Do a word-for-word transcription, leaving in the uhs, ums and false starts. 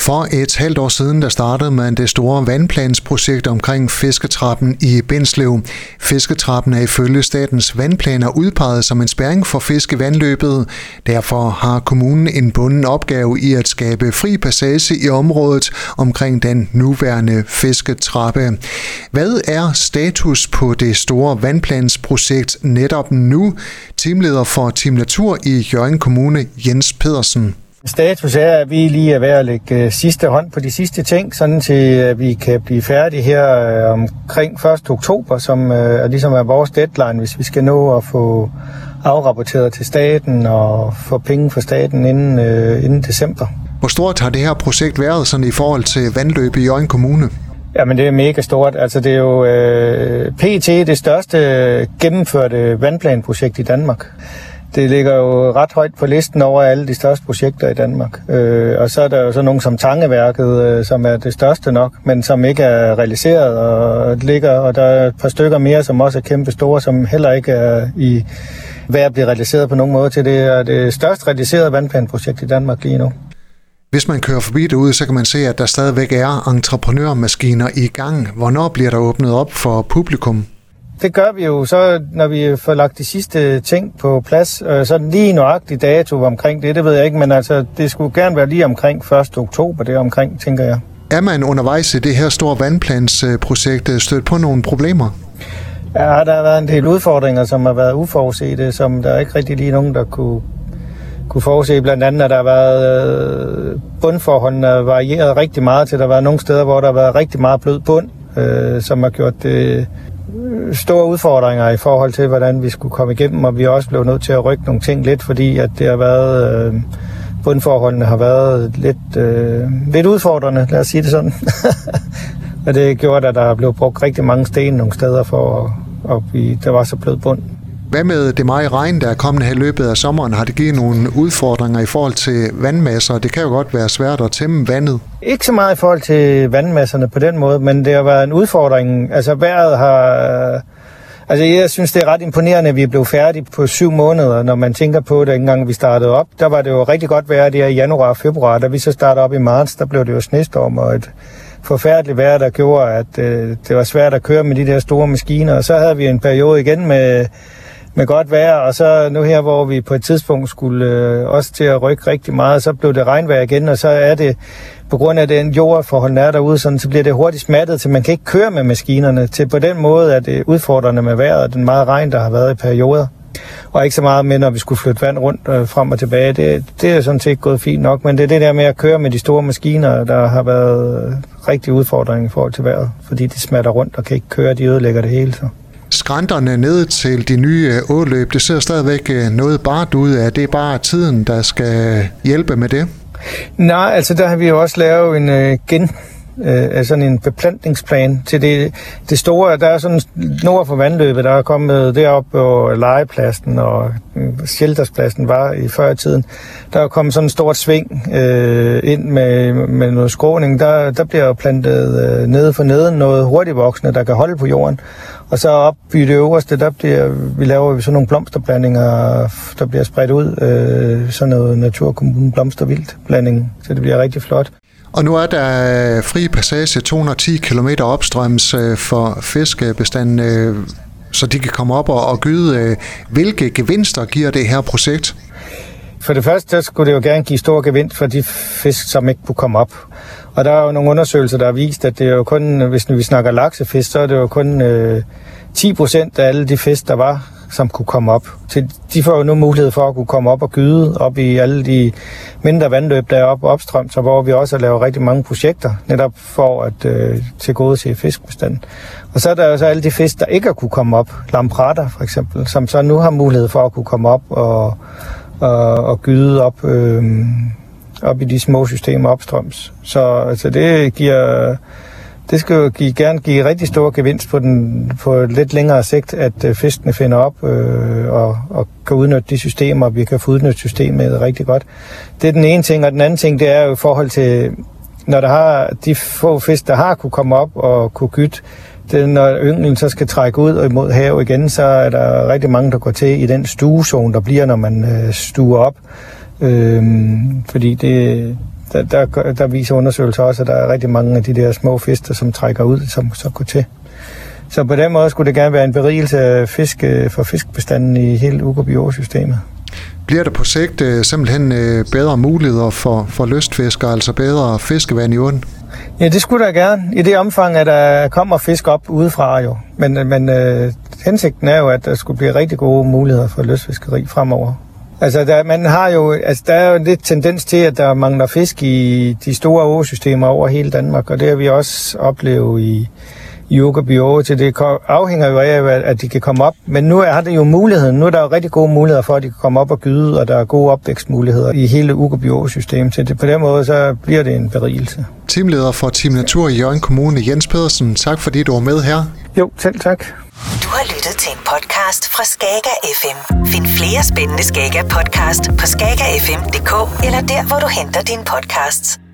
For et halvt år siden, der startede man det store vandplansprojekt omkring fisketrappen i Bindslev. Fisketrappen er ifølge statens vandplaner udpeget som en spærring for fiskevandløbet. Derfor har kommunen en bunden opgave i at skabe fri passage i området omkring den nuværende fisketrappe. Hvad er status på det store vandplansprojekt netop nu? Teamleder for Team Natur i Hjørring Kommune, Jens Pedersen. Status er, at vi lige er ved at lægge sidste hånd på de sidste ting, sådan til at vi kan blive færdige her omkring første oktober, som er ligesom er vores deadline, hvis vi skal nå at få afrapporteret til staten og få penge fra staten inden, inden december. Hvor stort har det her projekt været sådan i forhold til vandløb i Hjørring Kommune? Jamen det er mega stort. Altså det er jo øh, P E T det største gennemførte vandplanprojekt i Danmark. Det ligger jo ret højt på listen over alle de største projekter i Danmark. Øh, og så er der jo så nogle som Tangeværket, øh, som er det største nok, men som ikke er realiseret og ligger, og der er et par stykker mere, som også er kæmpe store, som heller ikke er i ved at blive realiseret på nogen måde til. Det er det største realiserede vandplanprojekt i Danmark lige nu. Hvis man kører forbi derude, så kan man se, at der stadigvæk er entreprenørmaskiner i gang. Hvornår bliver der åbnet op for publikum? Det gør vi jo så, når vi får lagt de sidste ting på plads. Så lige nøjagtig dato omkring det, det ved jeg ikke, men altså, det skulle gerne være lige omkring første oktober, det omkring, tænker jeg. Er man undervejs i det her store vandplansprojekt stødt på nogle problemer? Ja, der har været en del udfordringer, som har været uforudsete, som der er ikke rigtig lige nogen, der kunne, kunne forudse. Blandt andet, at der har været bundforholdene varieret rigtig meget til. Der har været nogle steder, hvor der har været rigtig meget blød bund, øh, som har gjort det store udfordringer i forhold til, hvordan vi skulle komme igennem, og vi er også blevet nødt til at rykke nogle ting lidt, fordi at det har været, øh, bundforholdene har været lidt, øh, lidt udfordrende, lad os sige det sådan. Og det har gjort, at der er blevet brugt rigtig mange sten nogle steder for, at, at vi, der var så blød bund. Hvad med det meget regn, der er kommet her i løbet af sommeren? Har det givet nogle udfordringer i forhold til vandmasser? Det kan jo godt være svært at tæmme vandet. Ikke så meget i forhold til vandmasserne på den måde, men det har været en udfordring. Altså vejret har... Altså jeg synes, det er ret imponerende, at vi er blevet færdige på syv måneder, når man tænker på det, engang vi startede op. Der var det jo rigtig godt vejr der i januar og februar. Da vi så startede op i marts, der blev det jo snestorm og et forfærdeligt vejr, der gjorde, at øh, det var svært at køre med de der store maskiner. Og så havde vi en periode igen med... med godt vejr, og så nu her, hvor vi på et tidspunkt skulle øh, også til at rykke rigtig meget, så blev det regnvejr igen, og så er det, på grund af den jordforhold, der er derude, sådan, så bliver det hurtigt smattet, så man kan ikke køre med maskinerne. Til på den måde er det udfordrende med vejret, og den meget regn, der har været i perioder. Og ikke så meget med, når vi skulle flytte vand rundt øh, frem og tilbage. Det, det er sådan set gået fint nok, men det er det der med at køre med de store maskiner, der har været rigtig udfordring i forhold til vejret, fordi de smatter rundt og kan ikke køre, de ødelægger det hele. Så. Skrænterne ned til de nye åløb, det ser stadigvæk noget bart ud af. Det er bare tiden, der skal hjælpe med det? Nej, altså der har vi jo også lavet en øh, gen... Øh, sådan en beplantningsplan til det, det store. Der er sådan nord for vandløbet, der er kommet deroppe på legepladsen, og shelterspladsen var i før i tiden. Der er kommet sådan en stort sving øh, ind med, med noget skråning. Der, der bliver plantet øh, nede for neden noget hurtigvoksende, der kan holde på jorden. Og så op i det øverste, der bliver, vi laver sådan nogle blomsterblandinger, der bliver spredt ud. Øh, sådan noget naturkommunen blomstervildtblanding, så det bliver rigtig flot. Og nu er der fri passage to hundrede og ti kilometer opstrøms for fiskebestanden, så de kan komme op og gyde. Hvilke gevinster giver det her projekt? For det første, så skulle det jo gerne give stor gevinst for de fisk, som ikke kunne komme op. Og der er jo nogle undersøgelser, der har vist, at det er jo kun, hvis vi snakker laksefisk, så er det jo kun øh, ti procent af alle de fisk, der var, som kunne komme op. De får jo nu mulighed for at kunne komme op og gyde op i alle de mindre vandløb, der er oppe opstrøms, så hvor vi også laver rigtig mange projekter, netop for at øh, tilgodese fiskebestanden. Og så er der jo så alle de fisk, der ikke har kunne komme op, lampretter for eksempel, som så nu har mulighed for at kunne komme op og, og, og gyde op, øh, op i de små systemer opstrøms. Så altså, det giver... Det skal jo give, gerne give rigtig stor gevinst på, den, på lidt længere sigt, at øh, fiskene finder op øh, og, og kan udnytte de systemer, og vi kan få udnyttet systemet rigtig godt. Det er den ene ting, og den anden ting, det er jo i forhold til, når der har de få fisk, der har kunne komme op og kunne gytte, det, når ynglen så skal trække ud og imod hav igen, så er der rigtig mange, der går til i den stuezone, der bliver, når man øh, stuer op. Øh, fordi det... der, der, der viser undersøgelser også, at der er rigtig mange af de der små fisk, som trækker ud, som så går til. Så på den måde skulle det gerne være en berigelse af fisk for fiskebestanden i hele Uggerby-Å-systemet. Bliver der på sigt øh, simpelthen øh, bedre muligheder for, for lystfiskere, altså bedre fiskevand i åen? Ja, det skulle der gerne. I det omfang, at der kommer fisk op udefra jo. Men, men øh, hensigten er jo, at der skulle blive rigtig gode muligheder for lystfiskeri fremover. Altså, der, man har jo, altså, der er jo lidt tendens til, at der mangler fisk i de store åsystemer over hele Danmark, og det har vi også oplevet i i Uggerby Å, til det afhænger jo af, at de kan komme op. Men nu er det jo muligheden. Nu er der jo rigtig gode muligheder for, at de kan komme op og gyde, og der er gode opvækstmuligheder i hele Uggerby Å-systemet. Så det, på den måde, så bliver det en berigelse. Teamleder for Team Natur i Hjørring Kommune, Jens Pedersen, tak fordi du var med her. Jo, selv tak. Du har lyttet til en podcast fra Skager F M. Find flere spændende Skager podcast på skager f m punktum d k eller der, hvor du henter dine podcasts.